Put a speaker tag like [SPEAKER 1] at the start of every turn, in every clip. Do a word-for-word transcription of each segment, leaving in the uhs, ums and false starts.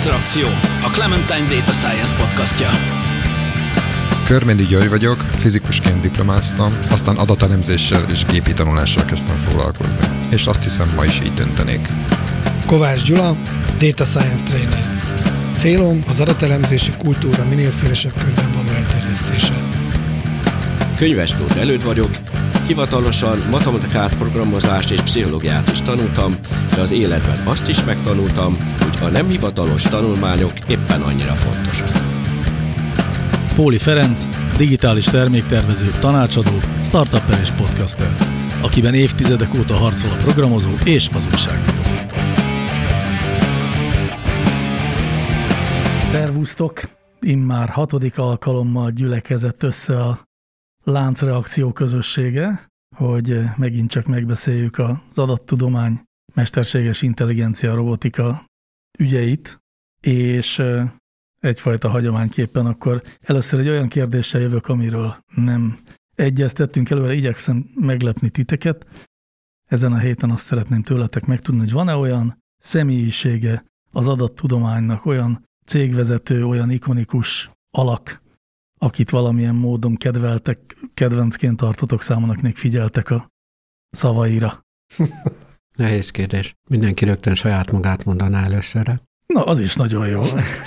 [SPEAKER 1] Láncreakció, a Clementine Data Science podcastja.
[SPEAKER 2] Körmédi György vagyok, fizikusként diplomáztam, aztán adatelemzéssel és gépi tanulással kezdtem foglalkozni. És azt hiszem, ma is így döntenék.
[SPEAKER 3] Kovács Gyula, Data Science Trainer. Célom az adatelemzési kultúra minél szélesebb körben való elterjesztése.
[SPEAKER 4] Könyves Tóth Előd vagyok, hivatalosan matematikát, programozást és pszichológiát is tanultam, de az életben azt is megtanultam, hogy a nem hivatalos tanulmányok éppen annyira fontosak.
[SPEAKER 5] Póli Ferenc, digitális terméktervező, tanácsadó, startupper és podcaster, akiben évtizedek óta harcol a programozó és az újságíró.
[SPEAKER 6] Szervusztok! Immár hatodik alkalommal gyülekezett össze a Láncreakció közössége, hogy megint csak megbeszéljük az adattudomány, mesterséges intelligencia, robotika ügyeit, és egyfajta hagyományképpen akkor először egy olyan kérdéssel jövök, amiről nem egyeztettünk előre, igyekszem meglepni titeket. Ezen a héten azt szeretném tőletek megtudni, hogy van-e olyan személyisége az adattudománynak, olyan cégvezető, olyan ikonikus alak, akit valamilyen módon kedveltek, kedvencként tartotok számon, akinek figyeltek a szavaira.
[SPEAKER 7] Nehéz kérdés. Mindenki rögtön saját magát mondaná előszörre.
[SPEAKER 6] Na, az is nagyon jó.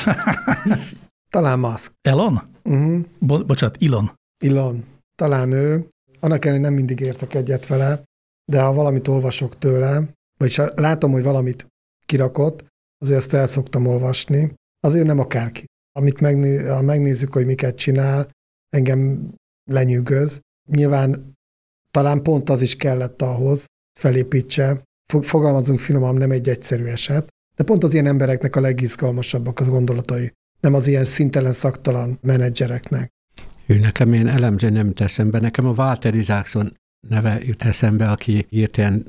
[SPEAKER 3] Talán Musk.
[SPEAKER 6] Elon?
[SPEAKER 3] Uh-huh.
[SPEAKER 6] Bo- bocsánat, Elon.
[SPEAKER 3] Elon. Talán ő. Annak ellenére nem mindig értek egyet vele, de ha valamit olvasok tőle, vagy látom, hogy valamit kirakott, azért ezt el szoktam olvasni. Azért nem akárki. Amit megné- ha megnézzük, hogy miket csinál, engem lenyűgöz. Nyilván talán pont az is kellett ahhoz, felépítse. Fogalmazunk finoman, nem egy egyszerű eset. De pont az ilyen embereknek a legizgalmasabbak az gondolatai. Nem az ilyen szintelen, szaktalan menedzsereknek.
[SPEAKER 7] Ő nekem ilyen elemző nem jut eszembe. Nekem a Walter Isaacson neve jut eszembe, aki írt ilyen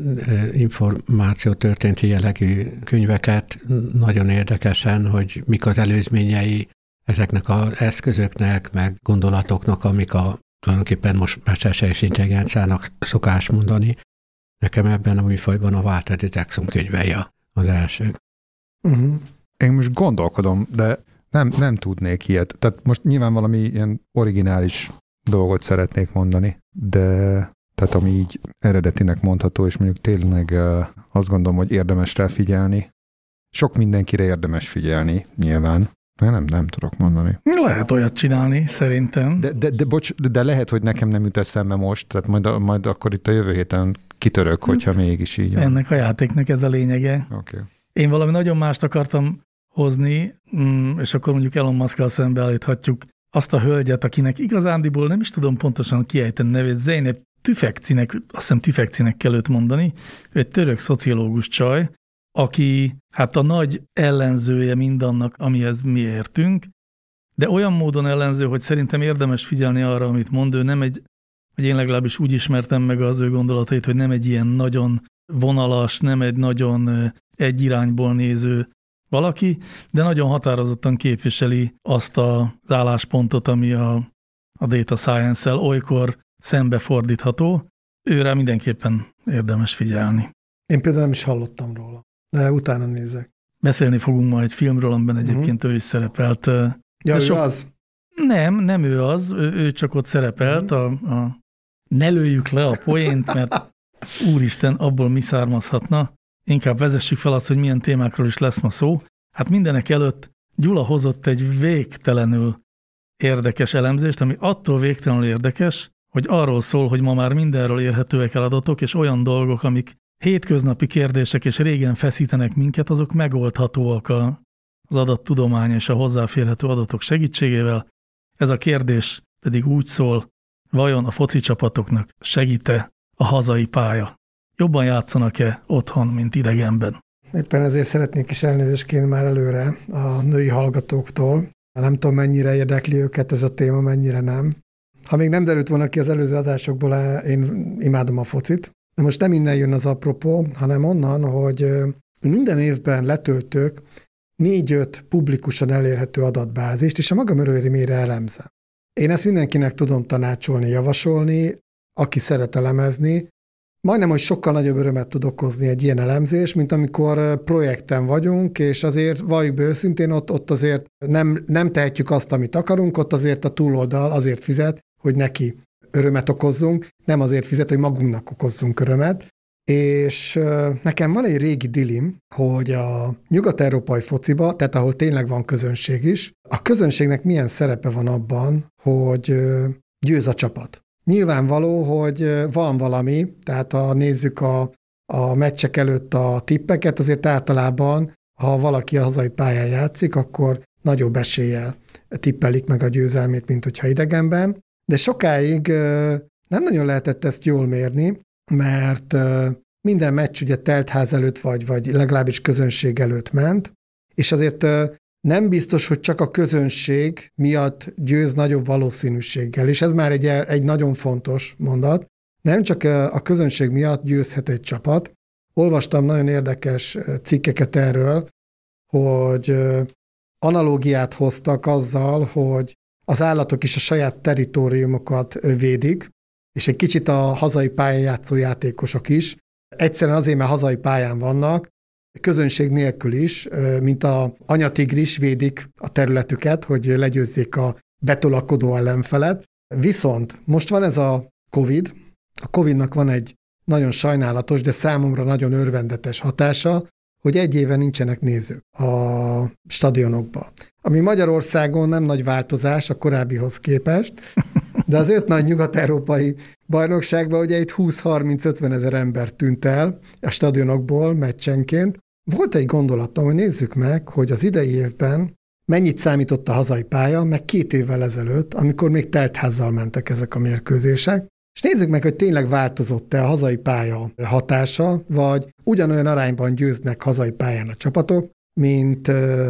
[SPEAKER 7] információtörténeti jellegű könyveket. Nagyon érdekesen, hogy mik az előzményei ezeknek az eszközöknek, meg gondolatoknak, amik a tulajdonképpen most mesterséges intelligenciának szokás mondani. Nekem ebben a műfajban a Walter Isaacson könyvei az első.
[SPEAKER 3] Uh-huh.
[SPEAKER 2] Én most gondolkodom, de nem, nem tudnék ilyet. Tehát most nyilván valami ilyen originális dolgot szeretnék mondani, de tehát ami így eredetinek mondható, és mondjuk tényleg uh, azt gondolom, hogy érdemes rá figyelni. Sok mindenkire érdemes figyelni, nyilván. Mert nem, nem tudok mondani.
[SPEAKER 6] Lehet olyat csinálni, szerintem.
[SPEAKER 2] De, de, de, bocs, de lehet, hogy nekem nem jut eszembe most, tehát majd, majd akkor itt a jövő héten kitörök, hogyha mégis így van.
[SPEAKER 6] Ennek a játéknak ez a lényege.
[SPEAKER 2] Okay.
[SPEAKER 6] Én valami nagyon mást akartam hozni, és akkor mondjuk Elon Muskkal szembeállíthatjuk azt a hölgyet, akinek igazándiból nem is tudom pontosan kiejteni nevét, Zeynep Tüfekcinek, azt hiszem Tüfekcinek kell őt mondani, ő egy török szociológus csaj, aki hát a nagy ellenzője mindannak, amihez mi értünk, de olyan módon ellenző, hogy szerintem érdemes figyelni arra, amit mond, ő nem egy, vagy én legalábbis úgy ismertem meg az ő gondolatait, hogy nem egy ilyen nagyon vonalas, nem egy nagyon egy irányból néző valaki, de nagyon határozottan képviseli azt az álláspontot, ami a, a data science-el olykor szembefordítható. Őre mindenképpen érdemes figyelni.
[SPEAKER 3] Én például nem is hallottam róla, de utána nézek.
[SPEAKER 6] Beszélni fogunk majd egy filmről, amiben egyébként uh-huh. ő is szerepelt.
[SPEAKER 3] Ja, ő
[SPEAKER 6] sok...
[SPEAKER 3] az?
[SPEAKER 6] Nem, nem ő az, ő, ő csak ott szerepelt. Uh-huh. a, a... Ne lőjük le a poént, mert úristen, abból mi származhatna. Inkább vezessük fel azt, hogy milyen témákról is lesz ma szó. Hát mindenek előtt Gyula hozott egy végtelenül érdekes elemzést, ami attól végtelenül érdekes, hogy arról szól, hogy ma már mindenről érhetőek el adatok, és olyan dolgok, amik hétköznapi kérdések és régen feszítenek minket, azok megoldhatóak az adattudomány és a hozzáférhető adatok segítségével. Ez a kérdés pedig úgy szól, vajon a foci csapatoknak segít-e a hazai pálya? Jobban játszanak-e otthon, mint idegenben?
[SPEAKER 3] Éppen ezért szeretnék is elnézést kérni már előre a női hallgatóktól. Nem tudom, mennyire érdekli őket ez a téma, mennyire nem. Ha még nem derült volna ki az előző adásokból, én imádom a focit. De most nem innen jön az apropó, hanem onnan, hogy minden évben letöltök négy-öt publikusan elérhető adatbázist, és a magam örömére elemzem. Én ezt mindenkinek tudom tanácsolni, javasolni, aki szeret elemezni, majdnem, hogy sokkal nagyobb örömet tud okozni egy ilyen elemzés, mint amikor projekten vagyunk, és azért valljuk be őszintén, ott, ott azért nem, nem tehetjük azt, amit akarunk, ott azért a túloldal azért fizet, hogy neki örömet okozzunk, nem azért fizet, hogy magunknak okozzunk örömet. És nekem van egy régi dilim, hogy a nyugat-európai fociba, tehát ahol tényleg van közönség is, a közönségnek milyen szerepe van abban, hogy győz a csapat. Nyilvánvaló, hogy van valami, tehát ha nézzük a, a meccsek előtt a tippeket, azért általában, ha valaki a hazai pályán játszik, akkor nagyobb eséllyel tippelik meg a győzelmét, mint hogyha idegenben. De sokáig nem nagyon lehetett ezt jól mérni, mert minden meccs ugye teltház előtt vagy, vagy legalábbis közönség előtt ment, és azért nem biztos, hogy csak a közönség miatt győz nagyobb valószínűséggel, és ez már egy, egy nagyon fontos mondat. Nem csak a közönség miatt győzhet egy csapat. Olvastam nagyon érdekes cikkeket erről, hogy analógiát hoztak azzal, hogy az állatok is a saját territóriumokat védik, és egy kicsit a hazai pályán játszó játékosok is. Egyszerűen azért, mert hazai pályán vannak, közönség nélkül is, mint a anyatigris védik a területüket, hogy legyőzzék a betolakodó ellenfelet. Viszont most van ez a Covid. A Covidnak van egy nagyon sajnálatos, de számomra nagyon örvendetes hatása, hogy egy éve nincsenek nézők a stadionokba. Ami Magyarországon nem nagy változás a korábbihoz képest, de az öt nagy nyugat-európai bajnokságban ugye itt húsz-harminc-ötven ezer ember tűnt el a stadionokból meccsenként. Volt egy gondolatom, hogy nézzük meg, hogy az idei évben mennyit számított a hazai pálya, meg két évvel ezelőtt, amikor még teltházzal mentek ezek a mérkőzések, és nézzük meg, hogy tényleg változott-e a hazai pálya hatása, vagy ugyanolyan arányban győznek hazai pályán a csapatok, mint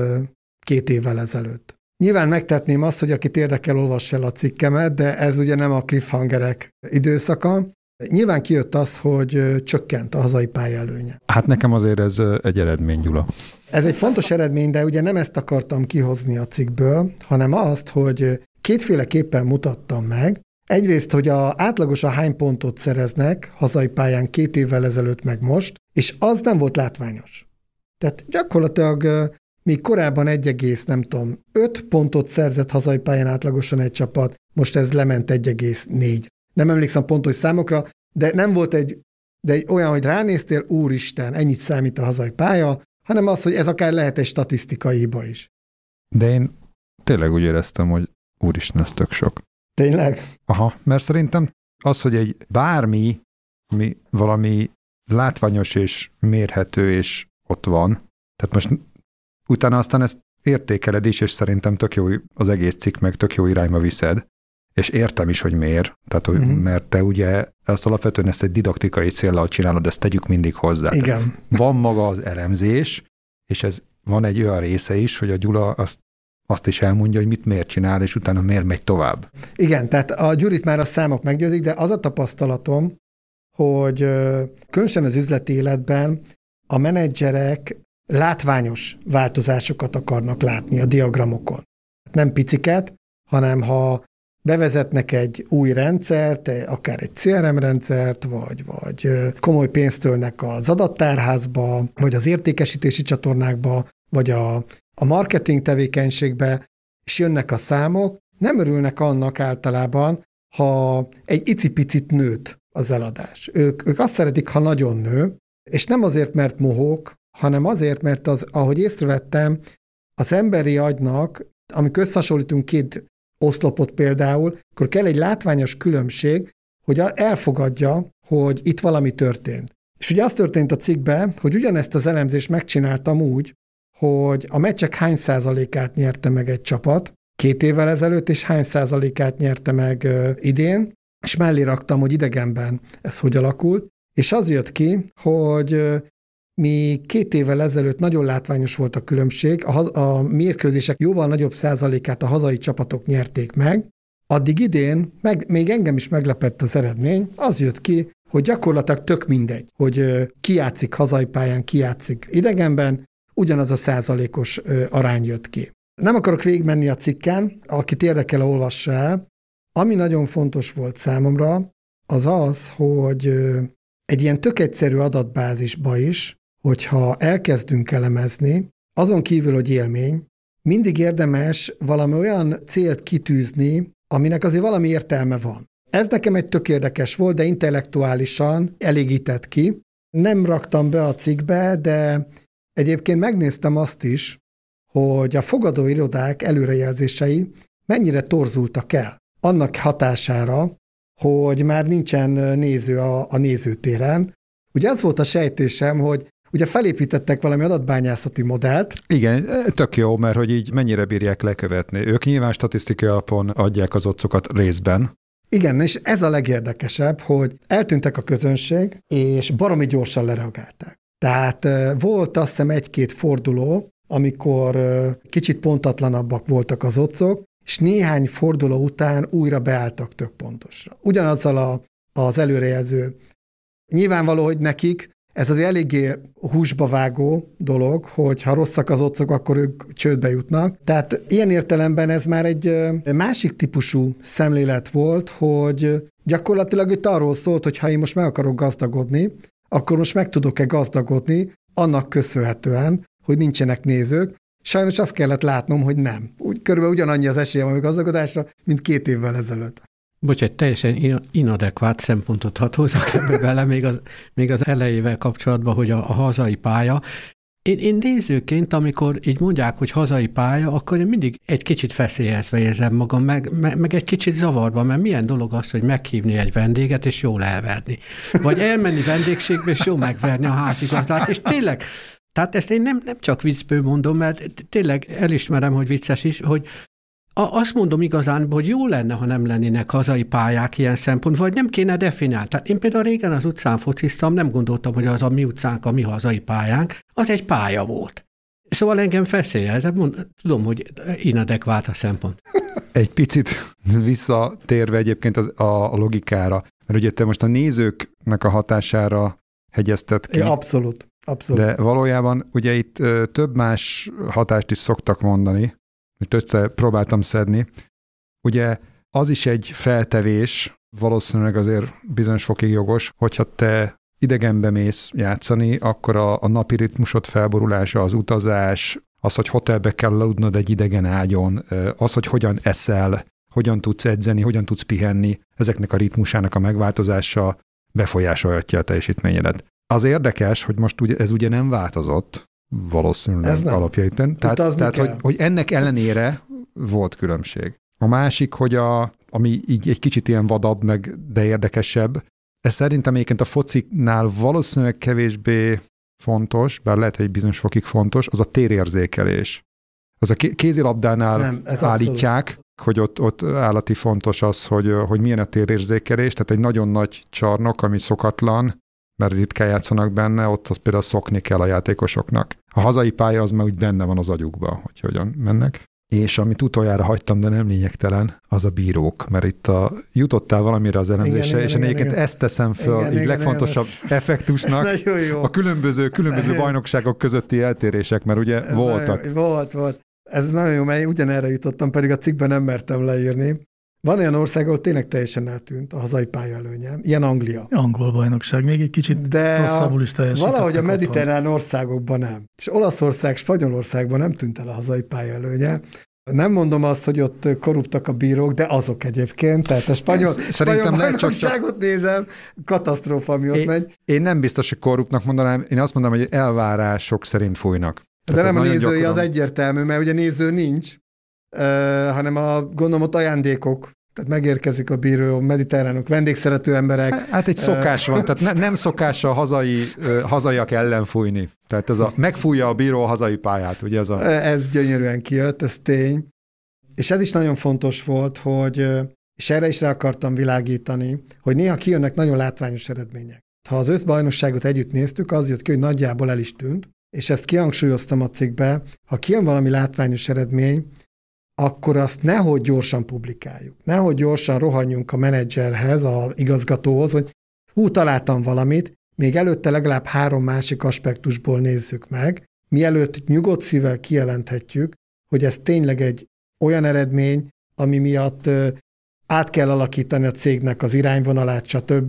[SPEAKER 3] két évvel ezelőtt. Nyilván megtetném azt, hogy akit érdekel, olvass el a cikkemet, de ez ugye nem a cliffhangerek időszaka. Nyilván kijött az, hogy csökkent a hazai pálya előnye.
[SPEAKER 2] Hát nekem azért ez egy eredmény, Gyula.
[SPEAKER 3] Ez egy fontos eredmény, de ugye nem ezt akartam kihozni a cikkből, hanem azt, hogy kétféleképpen mutattam meg. Egyrészt, hogy a átlagosan hány pontot szereznek hazai pályán két évvel ezelőtt meg most, és az nem volt látványos. Tehát gyakorlatilag míg korábban egy egész, nem tudom, öt pontot szerzett hazai pályán átlagosan egy csapat, most ez lement egy egész négy. Nem emlékszem pontos számokra, de nem volt egy, de egy olyan, hogy ránéztél, úristen, ennyit számít a hazai pálya, hanem az, hogy ez akár lehet egy statisztikai hiba is.
[SPEAKER 2] De én tényleg úgy éreztem, hogy úristen, ez tök sok.
[SPEAKER 3] Tényleg?
[SPEAKER 2] Aha, mert szerintem az, hogy egy bármi, mi, valami látványos és mérhető, és ott van, tehát most utána aztán ezt értékeled is, és szerintem tök jó az egész cikk, meg tök jó irányba viszed, és értem is, hogy miért, tehát, hogy, uh-huh. mert te ugye ezt alapvetően ezt egy didaktikai céllal csinálod, ezt tegyük mindig hozzá.
[SPEAKER 3] Igen.
[SPEAKER 2] Tehát van maga az elemzés, és ez van egy olyan része is, hogy a Gyula azt, azt is elmondja, hogy mit miért csinál, és utána miért megy tovább.
[SPEAKER 3] Igen, tehát a Gyurit már a számok meggyőzik, de az a tapasztalatom, hogy különösen az üzleti életben a menedzserek látványos változásokat akarnak látni a diagramokon. Nem piciket, hanem ha bevezetnek egy új rendszert, akár egy cé er em rendszert, vagy, vagy komoly pénzt ölnek az adattárházba, vagy az értékesítési csatornákba, vagy a, a marketing tevékenységbe, és jönnek a számok, nem örülnek annak általában, ha egy icipicit nőtt az eladás. Ők, ők azt szeretik, ha nagyon nő, és nem azért, mert mohók, hanem azért, mert az, ahogy észrevettem, az emberi agynak, amikor összehasonlítunk két oszlopot például, akkor kell egy látványos különbség, hogy elfogadja, hogy itt valami történt. És ugye az történt a cikkben, hogy ugyanezt az elemzést megcsináltam úgy, hogy a meccsek hány százalékát nyerte meg egy csapat két évvel ezelőtt, és hány százalékát nyerte meg uh, idén, és mellé raktam, hogy idegenben ez hogy alakult, és az jött ki, hogy uh, mi két évvel ezelőtt nagyon látványos volt a különbség, a, a mérkőzések jóval nagyobb százalékát a hazai csapatok nyerték meg, addig idén, meg, még engem is meglepett az eredmény, az jött ki, hogy gyakorlatilag tök mindegy, hogy uh, ki játszik hazai pályán, ki játszik idegenben, ugyanaz a százalékos uh, arány jött ki. Nem akarok végigmenni a cikken, akit érdekel, olvassa el. Ami nagyon fontos volt számomra, az az, hogy uh, egy ilyen tök egyszerű adatbázisba is, hogyha elkezdünk elemezni, azon kívül, hogy élmény, mindig érdemes valami olyan célt kitűzni, aminek azért valami értelme van. Ez nekem egy tök érdekes volt, de intellektuálisan elégített ki. Nem raktam be a cikkbe, de egyébként megnéztem azt is, hogy a fogadóirodák előrejelzései mennyire torzultak el. Annak hatására, hogy már nincsen néző a, a nézőtéren. Ugye az volt a sejtésem, hogy ugye felépítettek valami adatbányászati modellt.
[SPEAKER 2] Igen, tök jó, mert hogy így mennyire bírják lekövetni. Ők nyilván statisztikai alapon adják az otcokat részben.
[SPEAKER 3] Igen, és ez a legérdekesebb, hogy eltűntek a közönség, és baromi gyorsan lereagálták. Tehát volt azt hiszem egy-két forduló, amikor kicsit pontatlanabbak voltak az otcok, és néhány forduló után újra beálltak tök pontosra. Ugyanazzal a, az előrejelző. Nyilvánvaló, hogy nekik ez az eléggé húsba vágó dolog, hogy ha rosszak az otcok, akkor ők csődbe jutnak. Tehát ilyen értelemben ez már egy másik típusú szemlélet volt, hogy gyakorlatilag itt arról szólt, hogy ha én most meg akarok gazdagodni, akkor most meg tudok-e gazdagodni annak köszönhetően, hogy nincsenek nézők. Sajnos azt kellett látnom, hogy nem. Úgy, körülbelül ugyanannyi az esélyem a gazdagodásra, mint két évvel ezelőtt.
[SPEAKER 7] Bocs, egy teljesen inadekvát szempontot hadd hozzak ebbe bele, még az, még az elejével kapcsolatban, hogy a, a hazai pálya. Én, én nézőként, amikor így mondják, hogy hazai pálya, akkor én mindig egy kicsit feszélyezve érzem magam, meg, meg, meg egy kicsit zavarba, mert milyen dolog az, hogy meghívni egy vendéget, és jól elverni. Vagy elmenni vendégségbe, és jól megverni a házigazdát, és tényleg, tehát ezt én nem, nem csak viccből mondom, mert tényleg elismerem, hogy vicces is, hogy azt mondom igazán, hogy jó lenne, ha nem lennének hazai pályák ilyen szempont, vagy nem kéne definiálni. Tehát én például régen az utcán fociztam, nem gondoltam, hogy az a mi utcánk, a mi hazai pályánk, az egy pálya volt. Szóval engem feszélyez, tudom, hogy inadekvált a szempont.
[SPEAKER 2] Egy picit visszatérve egyébként az, a, a logikára, mert ugye te most a nézőknek a hatására hegyezted ki.
[SPEAKER 3] É, abszolút, abszolút.
[SPEAKER 2] De valójában ugye itt ö, több más hatást is szoktak mondani, hogy össze próbáltam szedni. Ugye az is egy feltevés, valószínűleg azért bizonyos fokig jogos, hogyha te idegenbe mész játszani, akkor a, a napi ritmusod felborulása, az utazás, az, hogy hotelbe kell aludnod egy idegen ágyon, az, hogy hogyan eszel, hogyan tudsz edzeni, hogyan tudsz pihenni, ezeknek a ritmusának a megváltozása befolyásolhatja a teljesítményedet. Az érdekes, hogy most ugye, ez ugye nem változott, valószínűleg alapjaiban. Tehát, tehát hogy, hogy ennek ellenére volt különbség. A másik, hogy a, ami így egy kicsit ilyen vadabb, meg de érdekesebb, ez szerintem egyébként a fociknál valószínűleg kevésbé fontos, bár lehet, hogy bizonyos fokig fontos, az a térérzékelés. Az a kézilabdánál nem, állítják, abszolút. Hogy ott, ott állati fontos az, hogy, hogy milyen a térérzékelés, tehát egy nagyon nagy csarnok, ami szokatlan, mert ritkán játszanak benne, ott az például szokni kell a játékosoknak. A hazai pálya az már úgy benne van az agyukban, hogy hogyan mennek. És amit utoljára hagytam, de nem lényegtelen, az a bírók, mert itt a, jutottál valamire az elemzésre, és én egyébként igen. ezt teszem föl igen, így igen, legfontosabb igen, effektusnak, a különböző, különböző bajnokságok közötti eltérések, mert ugye ez voltak.
[SPEAKER 3] Nagyon, volt, volt. Ez nagyon jó, mert ugyanerre jutottam, pedig a cikkben nem mertem leírni. Van olyan ország, ahol tényleg teljesen eltűnt a hazai pályaelőnye. Ilyen Anglia.
[SPEAKER 6] Angol bajnokság, még egy kicsit de rosszabbul is teljesítettek.
[SPEAKER 3] Valahogy a mediterrán otthon. Országokban nem. És Olaszország, Spanyolországban nem tűnt el a hazai pályaelőnye. Nem mondom azt, hogy ott korruptak a bírók, de azok egyébként. Tehát a spanyol, spanyol bajnokságot csak... nézem, katasztrófa, ami ott
[SPEAKER 2] én,
[SPEAKER 3] megy.
[SPEAKER 2] Én nem biztos, hogy korruptnak mondanám, én azt mondom, hogy elvárások szerint fújnak.
[SPEAKER 3] De nem a nézői gyakran... az egyértelmű, mert ugye néző nincs, uh, hanem a gondolom ott ajándékok. Tehát megérkezik a bíró, mediterránok, vendégszerető emberek.
[SPEAKER 2] Hát egy szokás van, tehát ne, nem szokás a hazai, uh, hazaiak ellen fújni. Tehát ez a, megfújja a bíró a hazai pályát, ugye ez a...
[SPEAKER 3] Ez gyönyörűen kijött, ez tény. És ez is nagyon fontos volt, hogy, és erre is rá akartam világítani, hogy néha kijönnek nagyon látványos eredmények. Ha az összbajnokságot együtt néztük, az jött ki, hogy nagyjából el is tűnt, és ezt kihangsúlyoztam a cikkbe, ha kijön valami látványos eredmény, akkor azt nehogy gyorsan publikáljuk. Nehogy gyorsan rohanjunk a menedzserhez, a igazgatóhoz, hogy hú, találtam valamit, még előtte legalább három másik aspektusból nézzük meg, mielőtt nyugodt szívvel kijelenthetjük, hogy ez tényleg egy olyan eredmény, ami miatt ö, át kell alakítani a cégnek az irányvonalát, stb.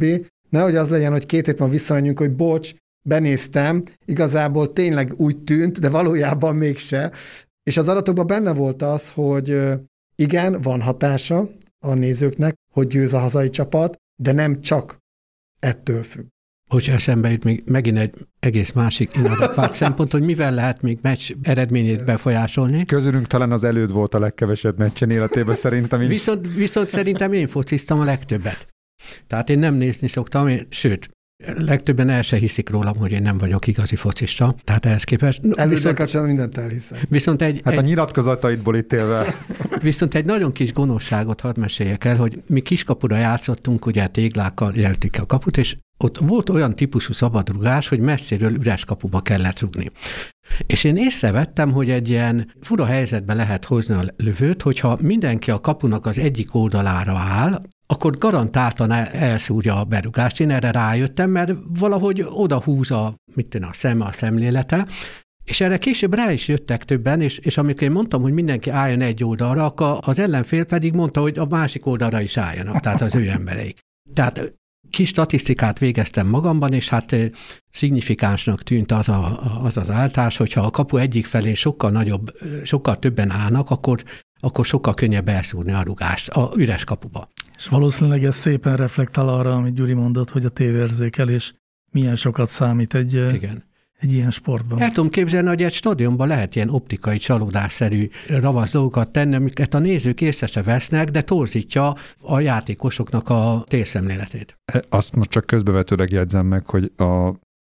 [SPEAKER 3] Nehogy az legyen, hogy két hét van visszamenjünk, hogy bocs, benéztem, igazából tényleg úgy tűnt, de valójában mégse. És az adatokban benne volt az, hogy igen, van hatása a nézőknek, hogy győz a hazai csapat, de nem csak ettől függ.
[SPEAKER 7] Hogy eszembe jut még megint egy egész másik inadekvát szempont, hogy mivel lehet még meccs eredményét befolyásolni.
[SPEAKER 2] Közülünk talán az előd volt a legkevesebb meccsen életében szerintem. Így...
[SPEAKER 7] Viszont, viszont szerintem én fociztam a legtöbbet. Tehát én nem nézni szoktam, én, sőt, legtöbben el se hiszik rólam, hogy én nem vagyok igazi focista. Tehát ehhez képest...
[SPEAKER 3] Előzően kapcsolatban mindent elhiszem.
[SPEAKER 7] Viszont egy,
[SPEAKER 2] hát
[SPEAKER 7] egy,
[SPEAKER 2] a nyilatkozataidból ítélve.
[SPEAKER 7] Viszont egy nagyon kis gonoszságot hadd meséljek el, hogy mi kiskapura játszottunk, ugye téglákkal jelöltük a kaput, és ott volt olyan típusú szabadrugás, hogy messziről üres kapuba kellett rugni. És én észrevettem, hogy egy ilyen fura helyzetbe lehet hozni a lövőt, hogyha mindenki a kapunak az egyik oldalára áll, akkor garantáltan elszúrja a berugást. Én erre rájöttem, mert valahogy oda húz a, mit tudom, a szeme, a szemlélete, és erre később rá is jöttek többen, és, és amikor én mondtam, hogy mindenki álljon egy oldalra, akkor az ellenfél pedig mondta, hogy a másik oldalra is álljanak, tehát az ő embereik. Tehát kis statisztikát végeztem magamban, és hát szignifikánsnak tűnt az a, az, az áltás, hogyha a kapu egyik felén sokkal nagyobb, sokkal többen állnak, akkor, akkor sokkal könnyebb elszúrni a rugást a üres kapuba.
[SPEAKER 6] És valószínűleg ez szépen reflektál arra, amit Gyuri mondott, hogy a tévéérzékelés milyen sokat számít egy,
[SPEAKER 7] Igen.
[SPEAKER 6] egy ilyen sportban.
[SPEAKER 7] El tudom képzelni, hogy egy stadionban lehet ilyen optikai csalódásszerű ravasz dolgokat tenni, amiket a nézők észre se vesznek, de torzítja a játékosoknak a térszemléletét.
[SPEAKER 2] Azt most csak közbevetőleg jegyzem meg, hogy a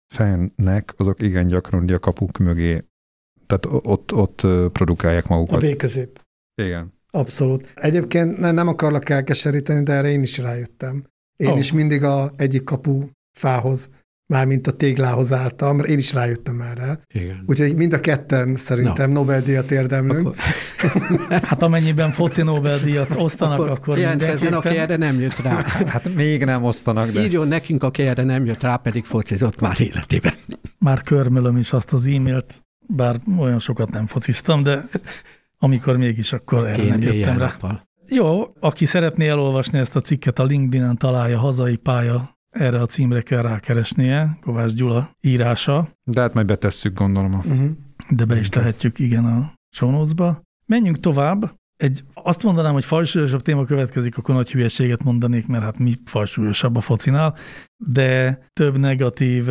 [SPEAKER 2] fennek azok igen gyakran a kapuk mögé, tehát ott, ott produkálják magukat.
[SPEAKER 3] A B-közép.
[SPEAKER 2] Igen.
[SPEAKER 3] Abszolút. Egyébként ne, nem akarlak elkeseríteni, de erre én is rájöttem. Én oh. is mindig a egyik kapu fához, mármint a téglához álltam, én is rájöttem erre.
[SPEAKER 7] Igen. Úgyhogy
[SPEAKER 3] mind a ketten szerintem no. Nobel-díjat érdemlünk.
[SPEAKER 7] Akkor...
[SPEAKER 6] hát amennyiben foci Nobel-díjat osztanak, akkor, akkor
[SPEAKER 7] jelentkezzen, aki erre nem jött rá.
[SPEAKER 2] Hát még nem osztanak, de...
[SPEAKER 7] Írjon nekünk, aki erre nem jött rá, pedig focizott már életében.
[SPEAKER 6] Már körmölöm is azt az e-mailt, bár olyan sokat nem fociztam, de amikor mégis, akkor erre én nem jöttem rá. Nappal. Jó, aki szeretné elolvasni ezt a cikket, a LinkedIn-en találja, hazai pálya, erre a címre kell rákeresnie, Kovács Gyula írása.
[SPEAKER 2] De hát majd betesszük, gondolom.
[SPEAKER 3] Uh-huh.
[SPEAKER 6] De be is tehetjük, igen, a show notes-ba. Menjünk tovább. Egy, azt mondanám, hogy fajsúlyosabb téma következik, akkor nagy hülyeséget mondanék, mert hát mi fajsúlyosabb a focinál, de több negatív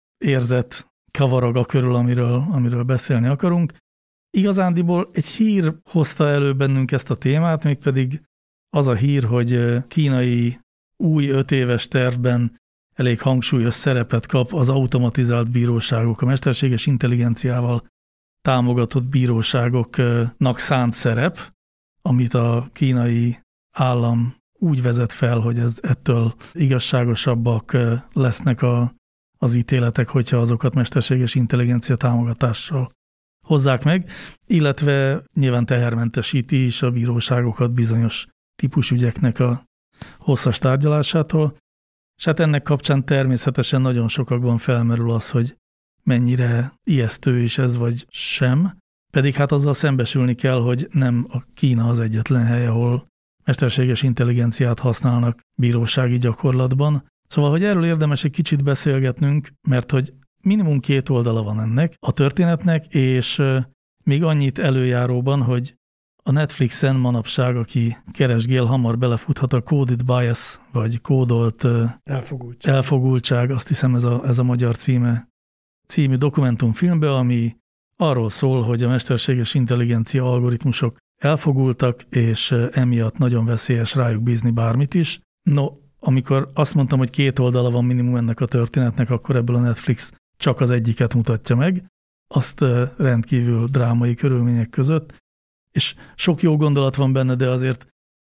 [SPEAKER 6] érzet kavarog a körül, amiről, amiről beszélni akarunk. Igazándiból egy hír hozta elő bennünk ezt a témát, mégpedig az a hír, hogy kínai új öt éves tervben elég hangsúlyos szerepet kap az automatizált bíróságok, a mesterséges intelligenciával támogatott bíróságoknak szánt szerep, amit a kínai állam úgy vezet fel, hogy ez ettől igazságosabbak lesznek a, az ítéletek, hogyha azokat mesterséges intelligencia támogatással hozzák meg, illetve nyilván tehermentesíti is a bíróságokat bizonyos típusügyeknek a hosszas tárgyalásától, és hát ennek kapcsán természetesen nagyon sokakban felmerül az, hogy mennyire ijesztő is ez, vagy sem, pedig hát azzal szembesülni kell, hogy nem a Kína az egyetlen hely, ahol mesterséges intelligenciát használnak bírósági gyakorlatban. Szóval, hogy erről érdemes egy kicsit beszélgetnünk, mert hogy minimum két oldala van ennek a történetnek, és még annyit előjáróban, hogy a Netflixen manapság, aki keresgél, hamar belefuthat a Coded Bias, vagy kódolt
[SPEAKER 3] elfogultság,
[SPEAKER 6] elfogultság ez hiszem ez a, ez a magyar címe, című dokumentumfilmbe, ami arról szól, hogy a mesterséges intelligencia algoritmusok elfogultak, és emiatt nagyon veszélyes rájuk bízni bármit is. No, amikor azt mondtam, hogy két oldala van minimum ennek a történetnek, akkor ebből a Netflix csak az egyiket mutatja meg, azt rendkívül drámai körülmények között, és sok jó gondolat van benne, de azért,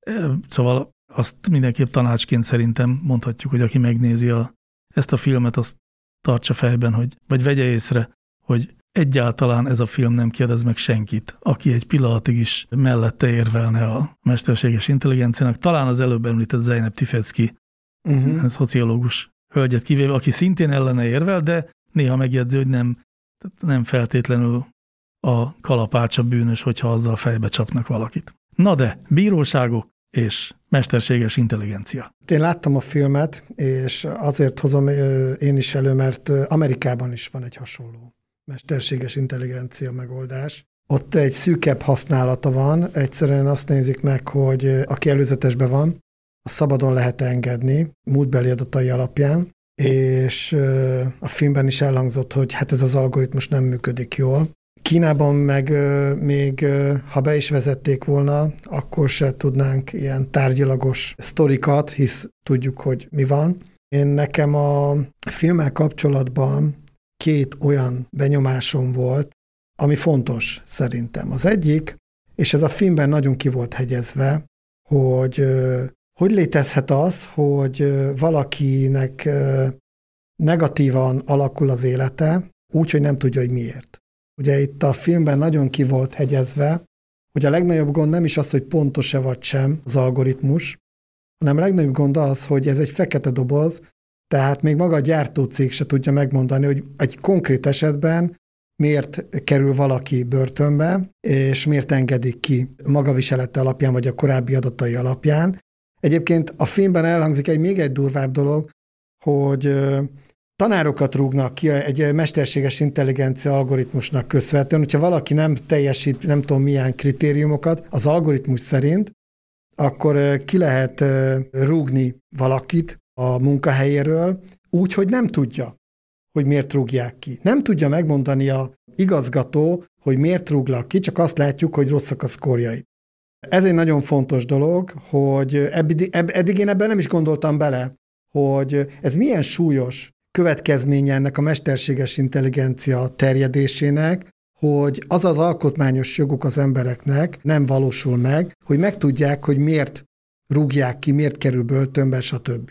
[SPEAKER 6] szóval azt mindenképp tanácsként szerintem mondhatjuk, hogy aki megnézi a, ezt a filmet, azt tartsa fejben, hogy, vagy vegye észre, hogy egyáltalán ez a film nem kérdez meg senkit, aki egy pillanatig is mellette érvelne a mesterséges intelligenciának. Talán az előbb említett Zeynep Tüfecki, uh-huh. ez szociológus hölgyet kivéve, aki szintén ellene érvel, de néha megjegyzi, hogy nem, nem feltétlenül a kalapácsa bűnös, hogyha azzal fejbe csapnak valakit. Na de, bíróságok és mesterséges intelligencia.
[SPEAKER 3] Én láttam a filmet, és azért hozom én is elő, mert Amerikában is van egy hasonló mesterséges intelligencia megoldás. Ott egy szűkebb használata van, egyszerűen azt nézik meg, hogy aki előzetesben van, azt szabadon lehet engedni, múltbeli adatai alapján, és a filmben is elhangzott, hogy hát ez az algoritmus nem működik jól. Kínában meg még, ha be is vezették volna, akkor se tudnánk ilyen tárgyilagos sztorikat, hisz tudjuk, hogy mi van. Én nekem a filmmel kapcsolatban két olyan benyomásom volt, ami fontos szerintem. Az egyik, és ez a filmben nagyon ki volt hegyezve, hogy hogy létezhet az, hogy valakinek negatívan alakul az élete, úgy, hogy nem tudja, hogy miért. Ugye itt a filmben nagyon ki volt hegyezve, hogy a legnagyobb gond nem is az, hogy pontos-e vagy sem az algoritmus, hanem a legnagyobb gond az, hogy ez egy fekete doboz, tehát még maga a gyártócég se tudja megmondani, hogy egy konkrét esetben miért kerül valaki börtönbe, és miért engedik ki maga viselete alapján, vagy a korábbi adatai alapján. Egyébként a filmben elhangzik egy még egy durvább dolog, hogy tanárokat rúgnak ki egy mesterséges intelligencia algoritmusnak köszönhetően, hogyha valaki nem teljesít, nem tudom milyen kritériumokat az algoritmus szerint, akkor ki lehet rúgni valakit a munkahelyéről úgy, hogy nem tudja, hogy miért rúgják ki. Nem tudja megmondani a igazgató, hogy miért rúglak ki, csak azt látjuk, hogy rosszak a szkórjai. Ez egy nagyon fontos dolog, hogy eddig én ebben nem is gondoltam bele, hogy ez milyen súlyos következménye ennek a mesterséges intelligencia terjedésének, hogy az az alkotmányos joguk az embereknek nem valósul meg, hogy megtudják, hogy miért rúgják ki, miért kerül börtönbe, stb.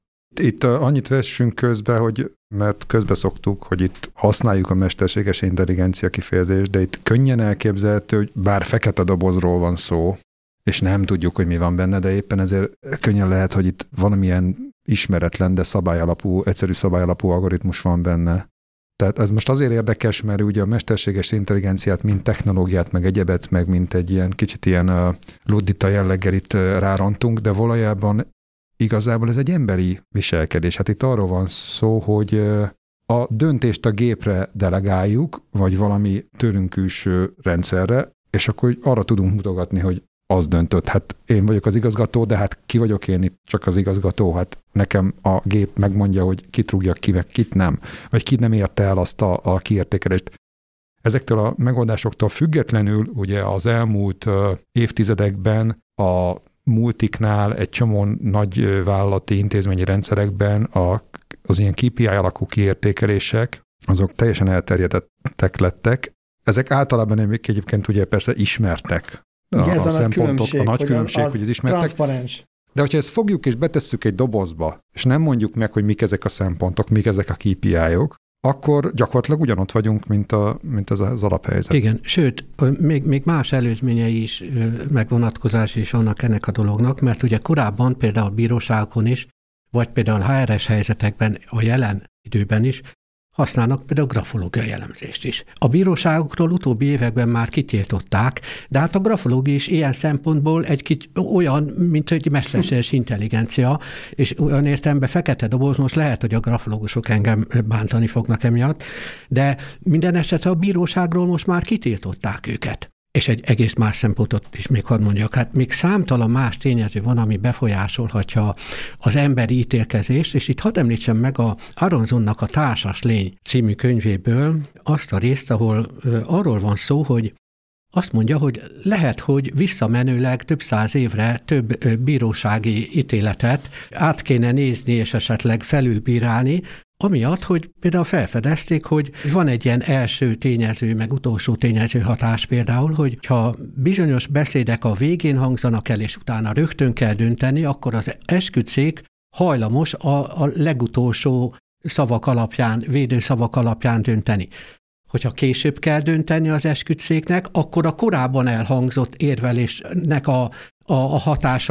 [SPEAKER 2] Itt annyit vessünk közbe, hogy mert közbe szoktuk, hogy itt használjuk a mesterséges intelligencia kifejezést, de itt könnyen elképzelhető, hogy bár fekete dobozról van szó, és nem tudjuk, hogy mi van benne, de éppen ezért könnyen lehet, hogy itt valamilyen ismeretlen, de szabályalapú, egyszerű szabályalapú algoritmus van benne. Tehát ez most azért érdekes, mert ugye a mesterséges intelligenciát, mint technológiát, meg egyebet, meg mint egy ilyen kicsit ilyen uh, luddita jelleggel itt uh, rárontunk, de valójában igazából ez egy emberi viselkedés. Hát itt arról van szó, hogy uh, a döntést a gépre delegáljuk, vagy valami tőlünk külső rendszerre, és akkor arra tudunk mutogatni, hogy az döntött. Hát én vagyok az igazgató, de hát ki vagyok én itt csak az igazgató? Hát nekem a gép megmondja, hogy kit rúgjak ki, meg kit nem. Vagy ki nem érte el azt a, a kiértékelést. Ezektől a megoldásoktól függetlenül ugye az elmúlt uh, évtizedekben a multiknál, egy csomó nagy vállalati intézményi rendszerekben a, az ilyen ká pé i alakú kiértékelések, azok teljesen elterjedettek lettek. Ezek általában egyébként ugye persze ismertek. A,
[SPEAKER 3] Igen,
[SPEAKER 2] a szempontok, a nagy különbség,
[SPEAKER 3] az,
[SPEAKER 2] hogy az ismertek.
[SPEAKER 3] Transzparens.
[SPEAKER 2] De hogyha ezt fogjuk és betesszük egy dobozba, és nem mondjuk meg, hogy mik ezek a szempontok, mik ezek a ká pé i-ok, akkor gyakorlatilag ugyanott vagyunk, mint, a, mint az, az alaphelyzet.
[SPEAKER 7] Igen, sőt, még, még más előzményei is, megvonatkozás is vannak ennek a dolognak, mert ugye korábban például bíróságokon is, vagy például há er es helyzetekben, a jelen időben is, használnak például grafológiai elemzést is. A bíróságokról utóbbi években már kitiltották, de hát a grafológia is ilyen szempontból egy kicsit olyan, mint egy mesterséges intelligencia, és olyan értelemben fekete doboz, most lehet, hogy a grafológusok engem bántani fognak emiatt, de minden esetre a bíróságról most már kitiltották őket. És egy egész más szempontot is még hadd mondjak, hát még számtalan más tényező van, ami befolyásolhatja az emberi ítélkezést, és itt hadd említsem meg a Aronsonnak a Társas lény című könyvéből azt a részt, ahol arról van szó, hogy azt mondja, hogy lehet, hogy visszamenőleg több száz évre több bírósági ítéletet át kéne nézni, és esetleg felülbírálni, amiatt, hogy például felfedezték, hogy van egy ilyen első tényező, meg utolsó tényező hatás például, hogy ha bizonyos beszédek a végén hangzanak el, és utána rögtön kell dönteni, akkor az esküdtszék hajlamos a, a legutolsó szavak alapján, védőszavak alapján dönteni. Hogyha később kell dönteni az esküdtszéknek, akkor a korábban elhangzott érvelésnek a, a, a hatása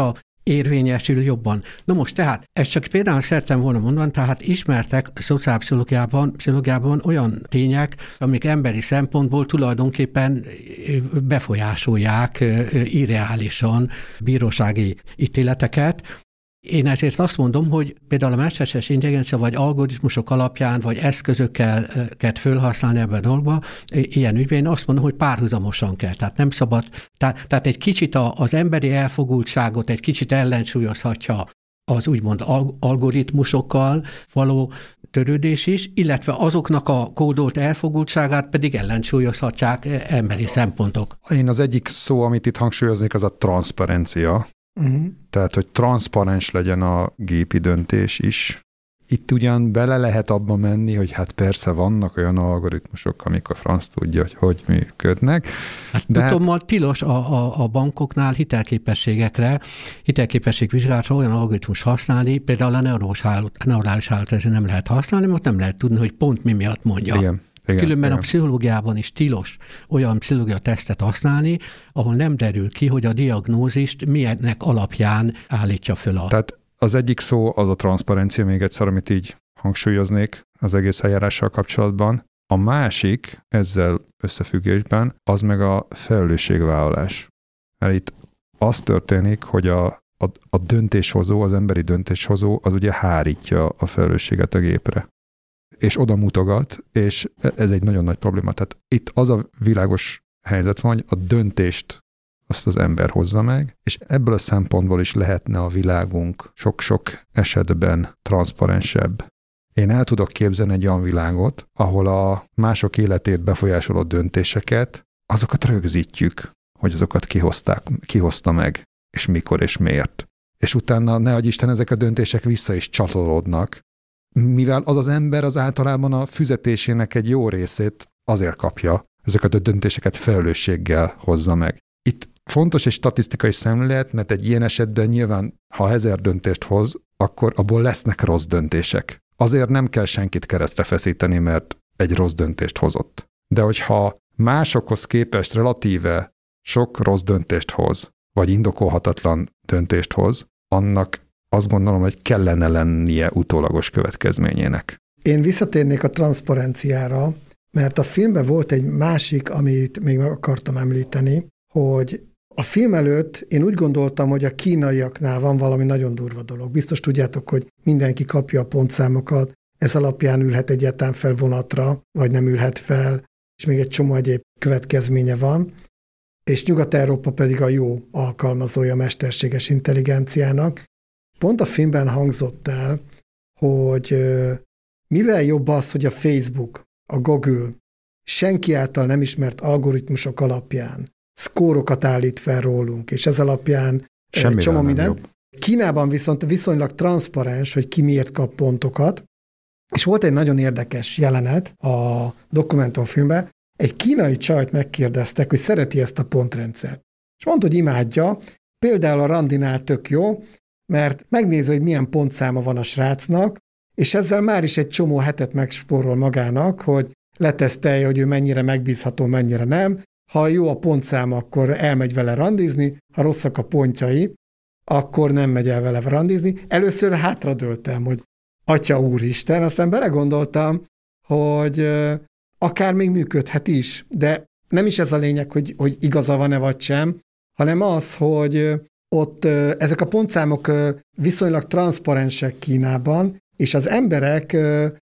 [SPEAKER 7] érvényesül jobban. Na most tehát, ezt csak például szerettem volna mondani, tehát ismertek szociálpszichológiában pszichológiában olyan tények, amik emberi szempontból tulajdonképpen befolyásolják irreálisan bírósági ítéleteket. Én ezért azt mondom, hogy például a mesterséges intelligencia vagy algoritmusok alapján, vagy eszközökkel fölhasználni ebben a dolgba, ilyen ügyben én azt mondom, hogy párhuzamosan kell. Tehát nem szabad, tehát, tehát egy kicsit az emberi elfogultságot egy kicsit ellensúlyozhatja az úgymond algoritmusokkal való törődés is, illetve azoknak a kódolt elfogultságát pedig ellensúlyozhatják emberi szempontok.
[SPEAKER 2] Én az egyik szó, amit itt hangsúlyoznék, az a transzparencia. Uh-huh. Tehát, hogy transzparens legyen a gépi döntés is. Itt ugyan bele lehet abba menni, hogy hát persze vannak olyan algoritmusok, amik a franc tudja, hogy hogy működnek.
[SPEAKER 7] Hát tudom, hát... tilos a, a, a bankoknál hitelképességekre, hitelképességvizsgálatra olyan algoritmus használni, például a neurális hálót ezért nem lehet használni, mert nem lehet tudni, hogy pont mi miatt mondja.
[SPEAKER 2] Igen. Igen,
[SPEAKER 7] Különben
[SPEAKER 2] igen.
[SPEAKER 7] a pszichológiában is tilos olyan pszichológia tesztet használni, ahol nem derül ki, hogy a diagnózist milyennek alapján állítja föl a...
[SPEAKER 2] Tehát az egyik szó az a transzparencia, még egyszer, amit így hangsúlyoznék az egész eljárással kapcsolatban. A másik ezzel összefüggésben az meg a felelősségvállalás. Mert itt az történik, hogy a, a, a döntéshozó, az emberi döntéshozó az ugye hárítja a felelősséget a gépre. És oda mutogat, és ez egy nagyon nagy probléma. Tehát itt az a világos helyzet van, hogy a döntést azt az ember hozza meg, és ebből a szempontból is lehetne a világunk sok-sok esetben transzparensebb. Én el tudok képzelni egy olyan világot, ahol a mások életét befolyásoló döntéseket, azokat rögzítjük, hogy azokat kihozták, kihozta meg, és mikor és miért. És utána, ne adj Isten, ezek a döntések vissza is csatolódnak, mivel az az ember az általában a fizetésének egy jó részét azért kapja, ezeket a döntéseket felelősséggel hozza meg. Itt fontos egy statisztikai szemlélet, mert egy ilyen esetben nyilván, ha ezer döntést hoz, akkor abból lesznek rossz döntések. Azért nem kell senkit keresztre feszíteni, mert egy rossz döntést hozott. De hogyha másokhoz képest relatíve sok rossz döntést hoz, vagy indokolhatatlan döntést hoz, annak azt gondolom, hogy kellene lennie utólagos következményének.
[SPEAKER 3] Én visszatérnék a transzparenciára, mert a filmben volt egy másik, amit még meg akartam említeni, hogy a film előtt én úgy gondoltam, hogy a kínaiaknál van valami nagyon durva dolog. Biztos tudjátok, hogy mindenki kapja a pontszámokat, ez alapján ülhet egyáltalán fel vonatra, vagy nem ülhet fel, és még egy csomó egyéb következménye van. És Nyugat-Európa pedig a jó alkalmazója a mesterséges intelligenciának. Pont a filmben hangzott el, hogy mivel jobb az, hogy a Facebook, a Google senki által nem ismert algoritmusok alapján szkórokat állít fel rólunk, és ez alapján
[SPEAKER 2] Semmire
[SPEAKER 3] csomó
[SPEAKER 2] nem
[SPEAKER 3] minden.
[SPEAKER 2] jobb.
[SPEAKER 3] Kínában viszont viszonylag transzparens, hogy ki miért kap pontokat, és volt egy nagyon érdekes jelenet a dokumentumfilmben, egy kínai csajt megkérdeztek, hogy szereti ezt a pontrendszert. És mondta, hogy imádja, például a randinál tök jó, mert megnézi, hogy milyen pontszáma van a srácnak, és ezzel már is egy csomó hetet megspórol magának, hogy letesztelje, hogy ő mennyire megbízható, mennyire nem. Ha jó a pontszáma, akkor elmegy vele randizni, ha rosszak a pontjai, akkor nem megy el vele randizni. Először hátradőltem, hogy Atya úristen, aztán belegondoltam, hogy akár még működhet is, de nem is ez a lényeg, hogy, hogy igaza van-e vagy sem, hanem az, hogy ott ezek a pontszámok viszonylag transzparensek Kínában, és az emberek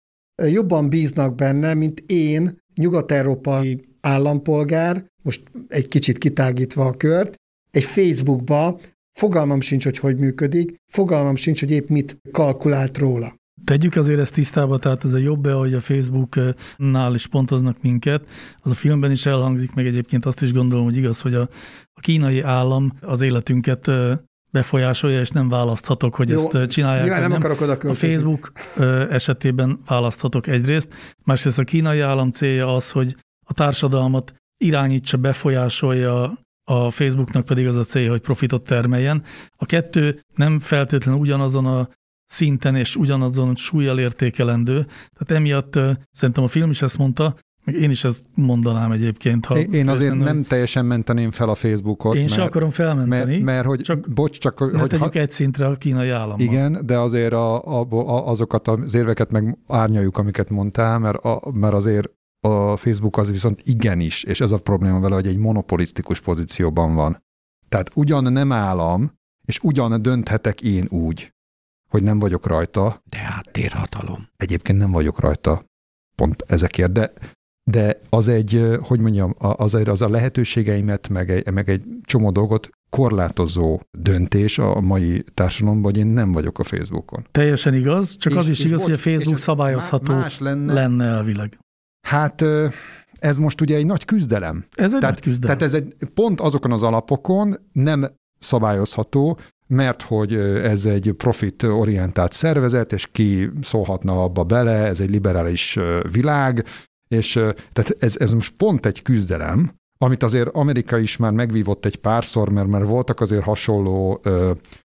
[SPEAKER 3] jobban bíznak benne, mint én, nyugat-európai állampolgár, most egy kicsit kitágítva a kört, egy Facebookba fogalmam sincs, hogy hogy működik, fogalmam sincs, hogy épp mit kalkulált róla.
[SPEAKER 6] Tegyük azért ezt tisztába, tehát ez a jobb-e, hogy a Facebooknál is pontoznak minket. Az a filmben is elhangzik, meg egyébként azt is gondolom, hogy igaz, hogy a, a kínai állam az életünket befolyásolja, és nem választhatok, hogy Jó, ezt csinálják.
[SPEAKER 3] Jó, nem, nem akarok oda
[SPEAKER 6] a Facebook esetében választhatok egyrészt. Másrészt a kínai állam célja az, hogy a társadalmat irányítsa, befolyásolja, a Facebooknak pedig az a célja, hogy profitot termeljen. A kettő nem feltétlenül ugyanazon a szinten és ugyanazon súllyal értékelendő. Tehát emiatt szerintem a film is ezt mondta, Én is ezt mondanám egyébként. Ha
[SPEAKER 2] én azért nem teljesen menteném fel a Facebookot.
[SPEAKER 6] Én sem akarom felmenteni.
[SPEAKER 2] Mert, mert hogy,
[SPEAKER 6] csak
[SPEAKER 2] bocs, csak
[SPEAKER 6] ne
[SPEAKER 2] hogy...
[SPEAKER 6] tegyük ha, egy szintre a kínai állammal.
[SPEAKER 2] Igen, de azért a, a, a, azokat az érveket meg árnyaljuk, amiket mondtál, mert, a, mert azért a Facebook az viszont igenis, és ez a probléma vele, hogy egy monopolisztikus pozícióban van. Tehát ugyan nem állam, és ugyan dönthetek én úgy, hogy nem vagyok rajta.
[SPEAKER 7] De háttérhatalom.
[SPEAKER 2] Egyébként nem vagyok rajta pont ezekért, de, de az egy, hogy mondjam, az, az a lehetőségeimet, meg egy, meg egy csomó dolgot korlátozó döntés a mai társadalomban, hogy én nem vagyok a Facebookon.
[SPEAKER 6] Teljesen igaz, csak
[SPEAKER 2] és,
[SPEAKER 6] az is igaz, bocs, hogy a Facebook szabályozható
[SPEAKER 2] más lenne,
[SPEAKER 6] lenne elvileg.
[SPEAKER 2] Hát ez most ugye egy nagy küzdelem.
[SPEAKER 6] Ez egy
[SPEAKER 2] tehát,
[SPEAKER 6] nagy küzdelem.
[SPEAKER 2] Tehát ez egy, pont azokon az alapokon nem szabályozható, mert hogy ez egy profit-orientált szervezet, és ki szólhatna abba bele, ez egy liberális világ, és tehát ez, ez most pont egy küzdelem, amit azért Amerika is már megvívott egy párszor, mert, mert voltak azért hasonló ö,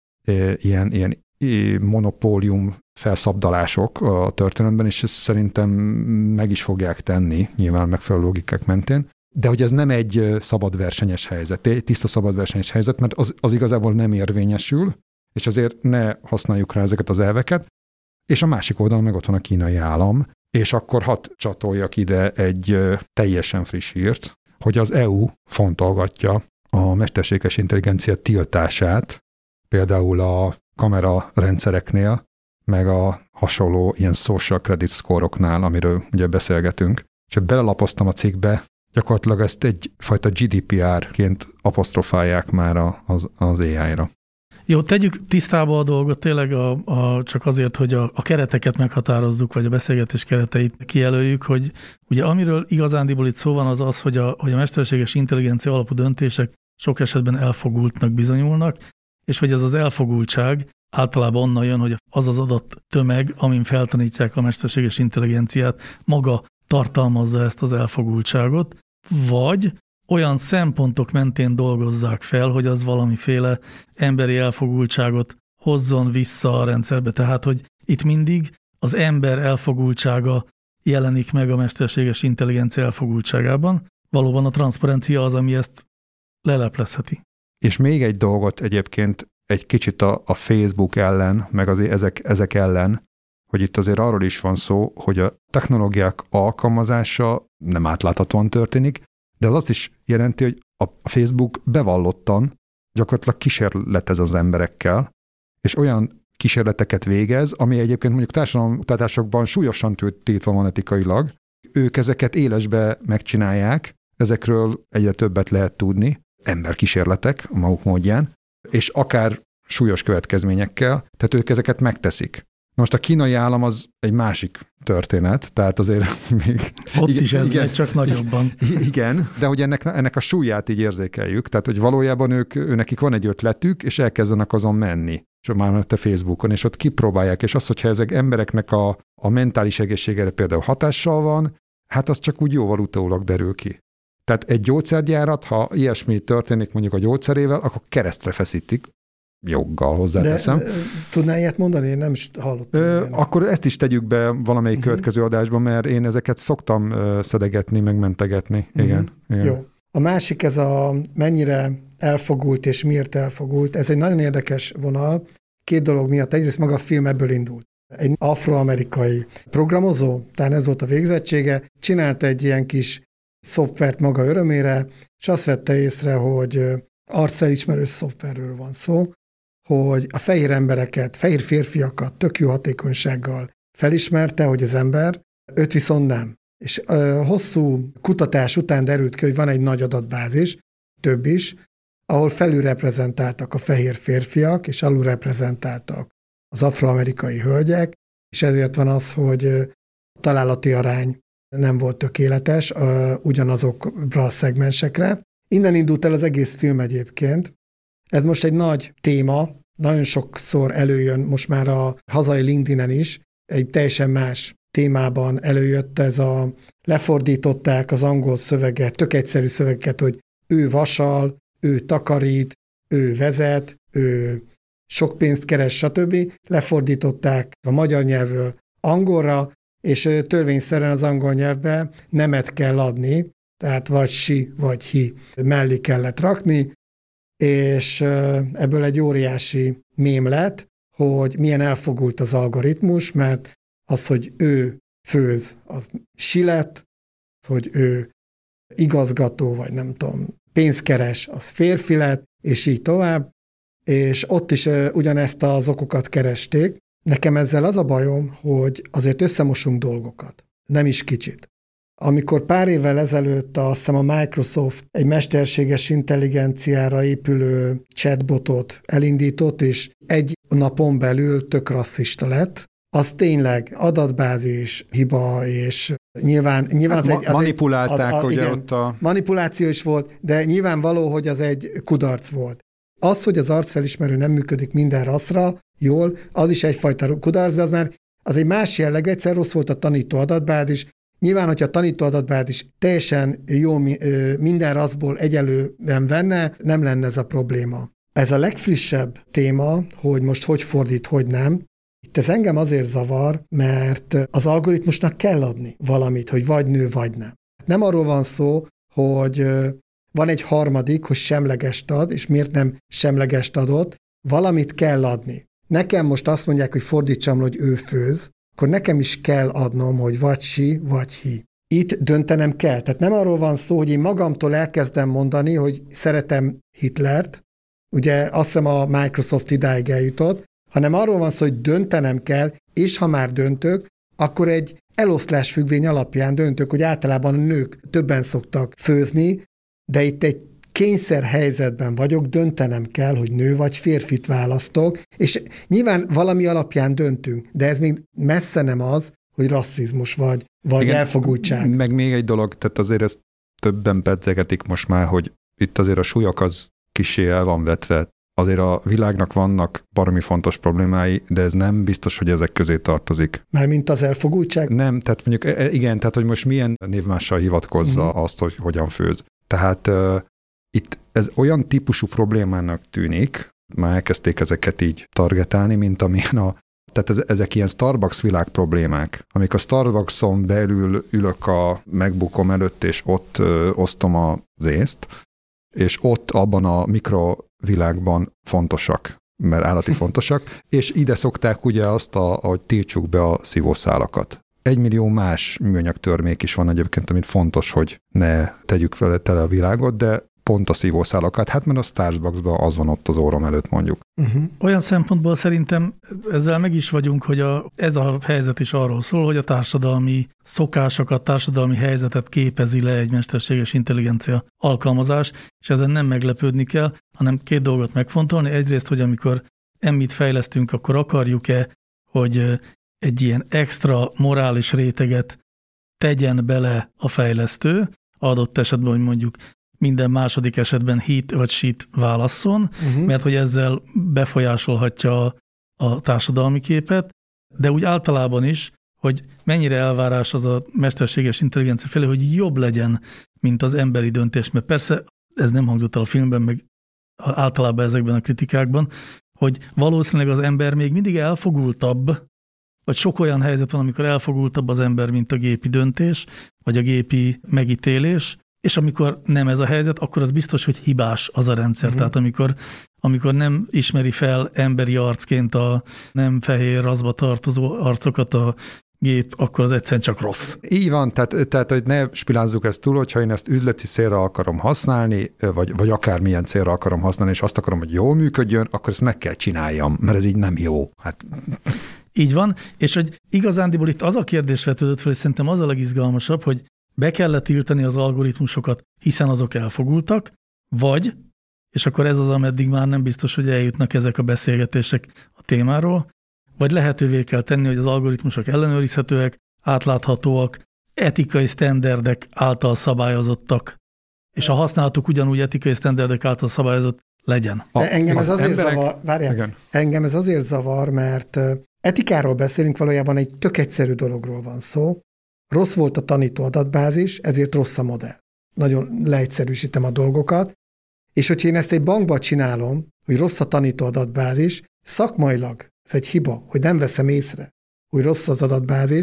[SPEAKER 2] ö, ilyen, ilyen monopólium felszabdalások a történelemben, és ezt szerintem meg is fogják tenni, nyilván megfelelő logikák mentén. De hogy ez nem egy szabad versenyes helyzet, egy tiszta szabad versenyes helyzet, mert az, az igazából nem érvényesül, és azért ne használjuk rá ezeket az elveket. És a másik oldalon meg ott van a kínai állam, és akkor hadd csatoljak ide egy teljesen friss hírt, hogy az é u fontolgatja a mesterséges intelligencia tiltását, például a kamerarendszereknél, meg a hasonló ilyen social credit score-oknál, amiről ugye beszélgetünk. És belelapoztam a cikkbe, gyakorlatilag ezt egyfajta gé dé pé er-ként apostrofálják már az, az á i-ra.
[SPEAKER 6] Jó, tegyük tisztába a dolgot tényleg a, a, csak azért, hogy a, a kereteket meghatározzuk, vagy a beszélgetés kereteit kijelöljük, hogy ugye amiről igazándiból itt szó van az az, hogy a, hogy a mesterséges intelligencia alapú döntések sok esetben elfogultnak bizonyulnak, és hogy ez az elfogultság általában onnan jön, hogy az az adott tömeg, amin feltanítják a mesterséges intelligenciát, maga tartalmazza ezt az elfogultságot, vagy olyan szempontok mentén dolgozzák fel, hogy az valamiféle emberi elfogultságot hozzon vissza a rendszerbe. Tehát, hogy itt mindig az ember elfogultsága jelenik meg a mesterséges intelligencia elfogultságában. Valóban a transzparencia az, ami ezt leleplezheti.
[SPEAKER 2] És még egy dolgot egyébként egy kicsit a, a Facebook ellen, meg azért ezek, ezek ellen, hogy itt azért arról is van szó, hogy a technológiák alkalmazása nem átláthatóan történik, de az azt is jelenti, hogy a Facebook bevallottan gyakorlatilag kísérletez az emberekkel, és olyan kísérleteket végez, ami egyébként mondjuk társadalomkutatásokban súlyosan tiltva van etikailag. Ők ezeket élesbe megcsinálják, ezekről egyre többet lehet tudni, emberkísérletek a maguk módján, és akár súlyos következményekkel, tehát ők ezeket megteszik. Most a kínai állam az egy másik történet, tehát azért még...
[SPEAKER 6] Ott
[SPEAKER 2] igen,
[SPEAKER 6] is ez
[SPEAKER 2] igen,
[SPEAKER 6] megy, csak nagyobban.
[SPEAKER 2] Igen, de hogy ennek, ennek a súlyát így érzékeljük, tehát hogy valójában ők, nekik van egy ötletük, és elkezdenek azon menni, és már a Facebookon, és ott kipróbálják, és az, hogyha ezek embereknek a, a mentális egészségére például hatással van, hát az csak úgy jóval utólag derül ki. Tehát egy gyógyszergyárat, ha ilyesmi történik mondjuk a gyógyszerével, akkor keresztre feszítik, joggal hozzáteszem.
[SPEAKER 3] De tudnál ilyet mondani? Én nem is hallottam.
[SPEAKER 2] Ö, akkor ezt is tegyük be valamelyik uh-huh. következő adásban, mert én ezeket szoktam uh, szedegetni, meg mentegetni. Uh-huh. Igen, igen.
[SPEAKER 3] Jó. A másik ez a mennyire elfogult és miért elfogult. Ez egy nagyon érdekes vonal. Két dolog miatt. Egyrészt maga a film ebből indult. Egy afroamerikai programozó, tehát ez volt a végzettsége, csinált egy ilyen kis szoftvert maga örömére, és azt vette észre, hogy arcfelismerő szoftverről van szó, hogy a fehér embereket, fehér férfiakat tök jó hatékonysággal felismerte, hogy az ember, őt viszont nem. És ö, hosszú kutatás után derült ki, hogy van egy nagy adatbázis, több is, ahol felülreprezentáltak a fehér férfiak, és alulreprezentáltak az afroamerikai hölgyek, és ezért van az, hogy a találati arány nem volt tökéletes ö, ugyanazokra a szegmensekre. Innen indult el az egész film egyébként. Ez most egy nagy téma, nagyon sokszor előjön, most már a hazai LinkedIn-en is, egy teljesen más témában előjött ez a, lefordították az angol szöveget, tök egyszerű szövegeket, hogy ő vasal, ő takarít, ő vezet, ő sok pénzt keres, stb. Lefordították a magyar nyelvről angolra, és törvényszerűen az angol nyelvben nemet kell adni, tehát vagy she, vagy he mellé kellett rakni, és ebből egy óriási mém lett, hogy milyen elfogult az algoritmus, mert az, hogy ő főz, az she lett, hogy ő igazgató, vagy nem tudom, pénzkeres, az férfi lett, és így tovább, és ott is ugyanezt az okokat keresték. Nekem ezzel az a bajom, hogy azért összemosunk dolgokat, nem is kicsit. Amikor pár évvel ezelőtt azt hiszem a Microsoft egy mesterséges intelligenciára épülő chatbotot elindított, és egy napon belül tök rasszista lett, az tényleg adatbázis hiba, és nyilván... nyilván
[SPEAKER 2] hát
[SPEAKER 3] az
[SPEAKER 2] ma-
[SPEAKER 3] egy, az
[SPEAKER 2] manipulálták,
[SPEAKER 3] egy, az,
[SPEAKER 2] ugye
[SPEAKER 3] igen,
[SPEAKER 2] ott a...
[SPEAKER 3] Manipuláció is volt, de nyilvánvaló, hogy az egy kudarc volt. Az, hogy az arcfelismerő nem működik minden rasszra jól, az is egyfajta kudarc, de az már az egy más jelleg, egyszer rossz volt a tanító adatbázis. Nyilván, hogyha a tanító adatbázis teljesen jó minden rasszból egyelően venne, nem lenne ez a probléma. Ez a legfrissebb téma, hogy most hogy fordít, hogy nem. Itt ez engem azért zavar, mert az algoritmusnak kell adni valamit, hogy vagy nő, vagy nem. Nem arról van szó, hogy van egy harmadik, hogy semlegest ad, és miért nem semlegest adott, valamit kell adni. Nekem most azt mondják, hogy fordítsam, hogy ő főz, akkor nekem is kell adnom, hogy vagy she, vagy he. Itt döntenem kell. Tehát nem arról van szó, hogy én magamtól elkezdem mondani, hogy szeretem Hitlert, ugye azt hiszem a Microsoft idáig eljutott, hanem arról van szó, hogy döntenem kell, és ha már döntök, akkor egy eloszlás függvény alapján döntök, hogy általában a nők többen szoktak főzni, de itt egy kényszer helyzetben vagyok, döntenem kell, hogy nő vagy férfit választok, és nyilván valami alapján döntünk, de ez még messze nem az, hogy rasszizmus vagy, vagy
[SPEAKER 2] igen,
[SPEAKER 3] elfogultság.
[SPEAKER 2] Meg még egy dolog, tehát azért ezt többen pedzegetik most már, hogy itt azért a súlyok az kissé el van vetve. Azért a világnak vannak baromi fontos problémái, de ez nem biztos, hogy ezek közé tartozik.
[SPEAKER 3] Mármint az elfogultság?
[SPEAKER 2] Nem, tehát mondjuk igen, tehát hogy most milyen névmással hivatkozza uh-huh. azt, hogy hogyan főz. Tehát uh, itt ez olyan típusú problémának tűnik, már elkezdték ezeket így targetálni, mint amilyen a, tehát ez, ezek ilyen Starbucks világ problémák, amik a Starbuckson belül ülök a MacBookom előtt, és ott ö, osztom az észt, és ott abban a mikrovilágban fontosak, mert állati fontosak, és ide szokták ugye azt, a, hogy tiltsuk be a szívószálakat. Egymillió más műanyag termék is van egyébként, amit fontos, hogy ne tegyük vele tele a világot, de pont a szívószálakat, hát mert a Starbucksban az van ott az órom előtt mondjuk.
[SPEAKER 6] Uh-huh. Olyan szempontból szerintem ezzel meg is vagyunk, hogy a, ez a helyzet is arról szól, hogy a társadalmi szokásokat, társadalmi helyzetet képezi le egy mesterséges intelligencia alkalmazás, és ezen nem meglepődni kell, hanem két dolgot megfontolni. Egyrészt, hogy amikor emmit fejlesztünk, akkor akarjuk-e, hogy egy ilyen extra morális réteget tegyen bele a fejlesztő, adott esetben, hogy mondjuk minden második esetben hit vagy shit válasszon, uh-huh. mert hogy ezzel befolyásolhatja a társadalmi képet, de úgy általában is, hogy mennyire elvárás az a mesterséges intelligencia felé, hogy jobb legyen, mint az emberi döntés, mert persze ez nem hangzott el a filmben, meg általában ezekben a kritikákban, hogy valószínűleg az ember még mindig elfogultabb, vagy sok olyan helyzet van, amikor elfogultabb az ember, mint a gépi döntés, vagy a gépi megítélés, és amikor nem ez a helyzet, akkor az biztos, hogy hibás az a rendszer. Uh-huh. Tehát amikor, amikor nem ismeri fel emberi arcként a nem fehér raszba tartozó arcokat a gép, akkor az egyszerűen csak rossz.
[SPEAKER 2] Így van, tehát, tehát hogy ne spilázzuk ezt túl, hogyha én ezt üzleti célra akarom használni, vagy, vagy akármilyen célra akarom használni, és azt akarom, hogy jól működjön, akkor ezt meg kell csináljam, mert ez így nem jó. Hát...
[SPEAKER 6] Így van, és hogy igazándiból itt az a kérdés vetődött fel, és szerintem az a legizgalmasabb, hogy be kellett tiltani az algoritmusokat, hiszen azok elfogultak, vagy, és akkor ez az, ameddig már nem biztos, hogy eljutnak ezek a beszélgetések a témáról, vagy lehetővé kell tenni, hogy az algoritmusok ellenőrizhetőek, átláthatóak, etikai sztenderdek által szabályozottak, és a használatuk ugyanúgy etikai sztenderdek által szabályozott legyen.
[SPEAKER 3] De engem ez azért
[SPEAKER 2] emberek...
[SPEAKER 3] zavar, várjál, engem ez azért zavar, mert etikáról beszélünk, valójában egy tök egyszerű dologról van szó. Rossz volt a tanító adatbázis, ezért rossz a modell. Nagyon leegyszerűsítem a dolgokat, és hogyha én ezt egy bankba csinálom, hogy rossz a tanító adatbázis, szakmailag ez egy hiba, hogy nem veszem észre, hogy rossz az adatbázis,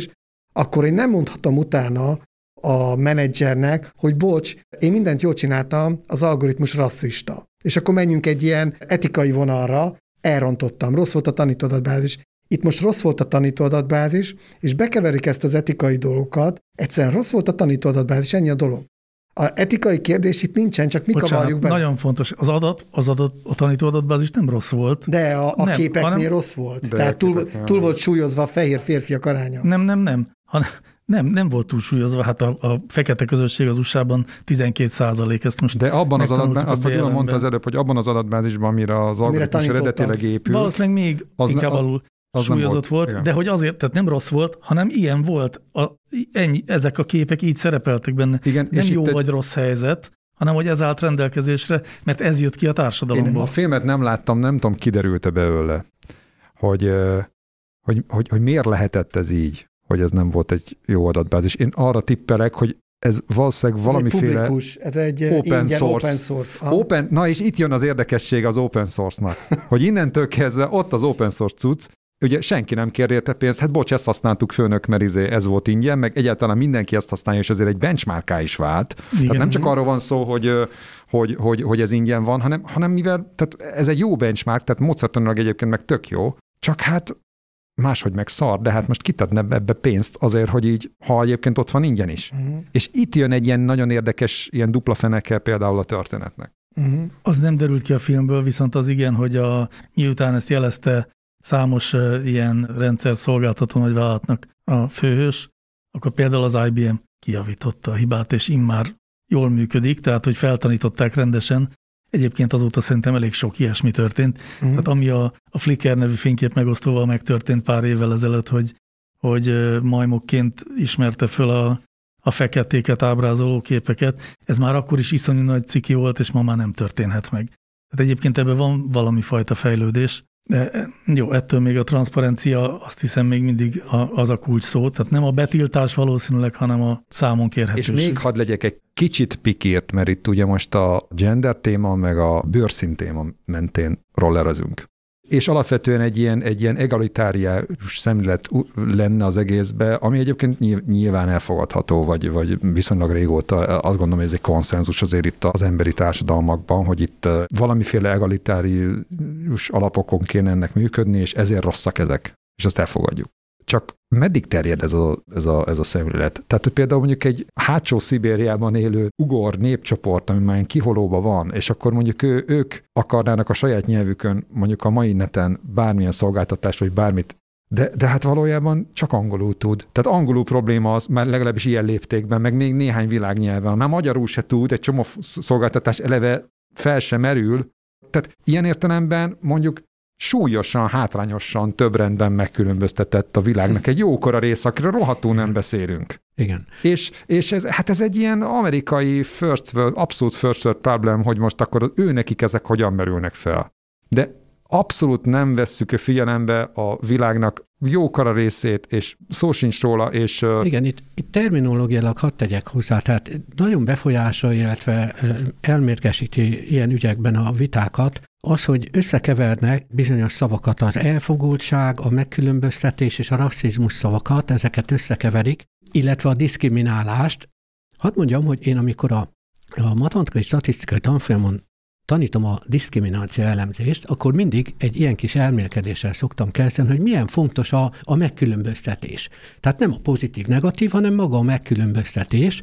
[SPEAKER 3] akkor én nem mondhatom utána a menedzsernek, hogy bocs, én mindent jól csináltam, az algoritmus rasszista. És akkor menjünk egy ilyen etikai vonalra, elrontottam, rossz volt a tanítóadatbázis. Itt most rossz volt a tanítóadatbázis, és bekeverik ezt az etikai dolgokat, egyszerűen rossz volt a tanítóadatbázis, ennyi a dolog. A etikai kérdés itt nincsen, csak mi
[SPEAKER 6] Bocsánat,
[SPEAKER 3] kavarjuk bele.
[SPEAKER 6] Nagyon fontos, az adat, az adat, a tanítóadatbázis nem rossz volt.
[SPEAKER 3] De a, a
[SPEAKER 6] nem,
[SPEAKER 3] képeknél
[SPEAKER 6] hanem,
[SPEAKER 3] rossz volt.
[SPEAKER 2] De
[SPEAKER 3] Tehát túl,
[SPEAKER 2] képeknél
[SPEAKER 3] túl volt súlyozva a fehér férfiak aránya.
[SPEAKER 6] Nem, nem, nem. hanem Nem, nem volt túlsúlyozva, hát a, a fekete közösség az u es á-ban tizenkét százalék, ezt most
[SPEAKER 2] de abban az adatbázisban, azt Gyula mondta az
[SPEAKER 6] előbb,
[SPEAKER 2] előbb, hogy abban az adatbázisban, amire az algoritmus eredetileg épül.
[SPEAKER 6] Valószínűleg még
[SPEAKER 2] az
[SPEAKER 6] inkább
[SPEAKER 2] ne,
[SPEAKER 6] alul súlyozott volt, volt de hogy azért, tehát nem rossz volt, hanem ilyen volt, a, ennyi, ezek a képek így szerepeltek benne.
[SPEAKER 2] Igen,
[SPEAKER 6] nem
[SPEAKER 2] és
[SPEAKER 6] jó
[SPEAKER 2] egy...
[SPEAKER 6] vagy rossz helyzet, hanem hogy ez állt rendelkezésre, mert ez jött ki a társadalomból.
[SPEAKER 2] Én a filmet nem láttam, nem tudom, kiderült-e belőle, hogy, hogy, hogy, hogy miért lehetett ez így, hogy ez nem volt egy jó adatbázis. Én arra tippelek, hogy ez valószínűleg valamiféle
[SPEAKER 3] ez egy publikus, ez egy
[SPEAKER 2] open
[SPEAKER 3] ingyen
[SPEAKER 2] source.
[SPEAKER 3] Open source.
[SPEAKER 2] Open, na és itt jön az érdekesség az open source-nak, hogy innentől kezdve ott az open source cucc, ugye senki nem kér érte pénzt, hát bocs, ezt használtuk főnök, mert izé ez volt ingyen, meg egyáltalán mindenki ezt használja, és ezért egy benchmarká is vált. Igen. Tehát nem csak arról van szó, hogy, hogy, hogy, hogy ez ingyen van, hanem, hanem mivel tehát ez egy jó benchmark, tehát módszertanilag egyébként meg tök jó, csak hát máshogy meg szar, de hát most kitadne ebbe pénzt azért, hogy így, ha egyébként ott van ingyen is. Uh-huh. És itt jön egy ilyen nagyon érdekes, ilyen dupla fenekkel például a történetnek.
[SPEAKER 6] Uh-huh. Az nem derült ki a filmből, viszont az igen, hogy a, miután ezt jelezte számos uh, ilyen rendszer szolgáltató nagyvállalatnak a főhős, akkor például az i bé em kijavította a hibát, és immár jól működik, tehát hogy feltanították rendesen. Egyébként azóta szerintem elég sok ilyesmi történt. Uh-huh. Tehát ami a, a Flickr nevű fénykép megosztóval megtörtént pár évvel ezelőtt, hogy, hogy majmokként ismerte föl a, a feketéket ábrázoló képeket, ez már akkor is iszonyú nagy ciki volt, és ma már nem történhet meg. Tehát egyébként ebben van valami fajta fejlődés. De jó, ettől még a transzparencia, azt hiszem még mindig az a kulcs szó, tehát nem a betiltás valószínűleg, hanem a számon kérhetőség.
[SPEAKER 2] És még hadd legyek egy kicsit pikírt, mert itt ugye most a gender téma, meg a bőrszín téma mentén rollerezünk. És alapvetően egy ilyen, egy ilyen egalitárius szemlélet lenne az egészbe, ami egyébként nyilván elfogadható, vagy, vagy viszonylag régóta, azt gondolom, hogy ez egy konszenzus azért itt az emberi társadalmakban, hogy itt valamiféle egalitárius alapokon kéne ennek működni, és ezért rosszak ezek, és azt elfogadjuk. Csak meddig terjed ez a, ez a, ez a szemlélet? Tehát, hogy például mondjuk egy hátsó Szibériában élő ugor népcsoport, ami már kiholóban van, és akkor mondjuk ő, ők akarnának a saját nyelvükön, mondjuk a mai neten bármilyen szolgáltatást, vagy bármit, de, de hát valójában csak angolul tud. Tehát angolul probléma az, már legalábbis ilyen léptékben, meg még néhány világnyelven. Már magyarul se tud, egy csomó szolgáltatás eleve fel sem merül. Tehát ilyen értelemben mondjuk súlyosan, hátrányosan több rendben megkülönböztetett a világnak egy jókora rész, akiről rohadtul nem beszélünk.
[SPEAKER 7] Igen.
[SPEAKER 2] És, és ez, hát ez egy ilyen amerikai first world, abszolút first world problem, hogy most akkor ő nekik ezek hogyan merülnek fel. De abszolút nem vesszük figyelembe a világnak jókora részét, és szó sincs róla, és...
[SPEAKER 7] Igen, itt, itt terminológiailag hadd tegyek hozzá, tehát nagyon befolyásolja, illetve elmérgesíti ilyen ügyekben a vitákat, az, hogy összekevernek bizonyos szavakat, az elfogultság, a megkülönböztetés és a rasszizmus szavakat, ezeket összekeverik, illetve a diszkriminálást. Hadd mondjam, hogy én amikor a, a matematikai statisztikai tanfolyamon tanítom a diszkrimináció elemzést, akkor mindig egy ilyen kis elmélkedéssel szoktam kezdeni, hogy milyen fontos a, a megkülönböztetés. Tehát nem a pozitív-negatív, hanem maga a megkülönböztetés.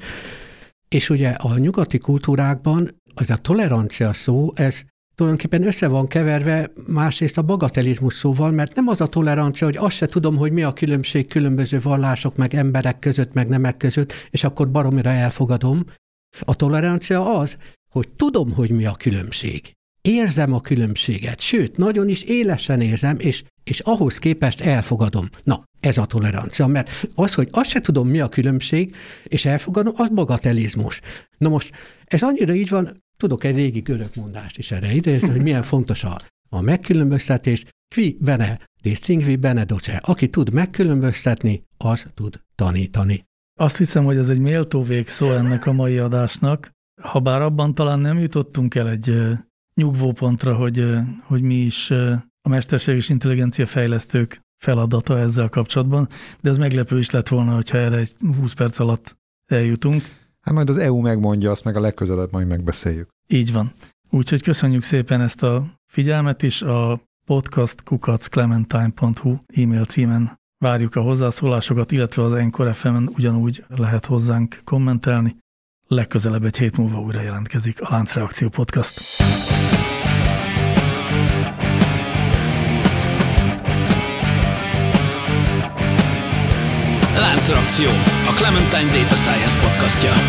[SPEAKER 7] És ugye a nyugati kultúrákban az a tolerancia szó, ez tulajdonképpen össze van keverve másrészt a bagatelizmus szóval, mert nem az a tolerancia, hogy azt se tudom, hogy mi a különbség különböző vallások, meg emberek között, meg nemek között, és akkor baromira elfogadom. A tolerancia az, hogy tudom, hogy mi a különbség. Érzem a különbséget, sőt, nagyon is élesen érzem, és, és ahhoz képest elfogadom. Na, ez a tolerancia, mert az, hogy azt se tudom, mi a különbség, és elfogadom, az bagatelizmus. Na most, ez annyira így van, tudok egy régi görög mondást is erre idézni, hogy milyen fontos a, a megkülönböztetés. Qui bene distingui bene docere. Aki tud megkülönböztetni, az tud tanítani. Azt
[SPEAKER 6] hiszem, hogy ez egy méltó végszó ennek a mai adásnak. Habár abban talán nem jutottunk el egy uh, nyugvópontra, hogy, uh, hogy mi is uh, a mesterséges intelligencia fejlesztők feladata ezzel kapcsolatban, de ez meglepő is lett volna, hogyha erre egy húsz perc alatt eljutunk.
[SPEAKER 2] Hát majd az é u megmondja, azt meg a legközelebb majd megbeszéljük.
[SPEAKER 6] Így van. Úgyhogy köszönjük szépen ezt a figyelmet is. A podcast kukac clementine pont hu e-mail címen várjuk a hozzászólásokat, illetve az Anchor ef emen ugyanúgy lehet hozzánk kommentelni. Legközelebb egy hét múlva újra jelentkezik a Láncreakció Podcast.
[SPEAKER 1] Láncreakció, a Clementine Data Science podcastja.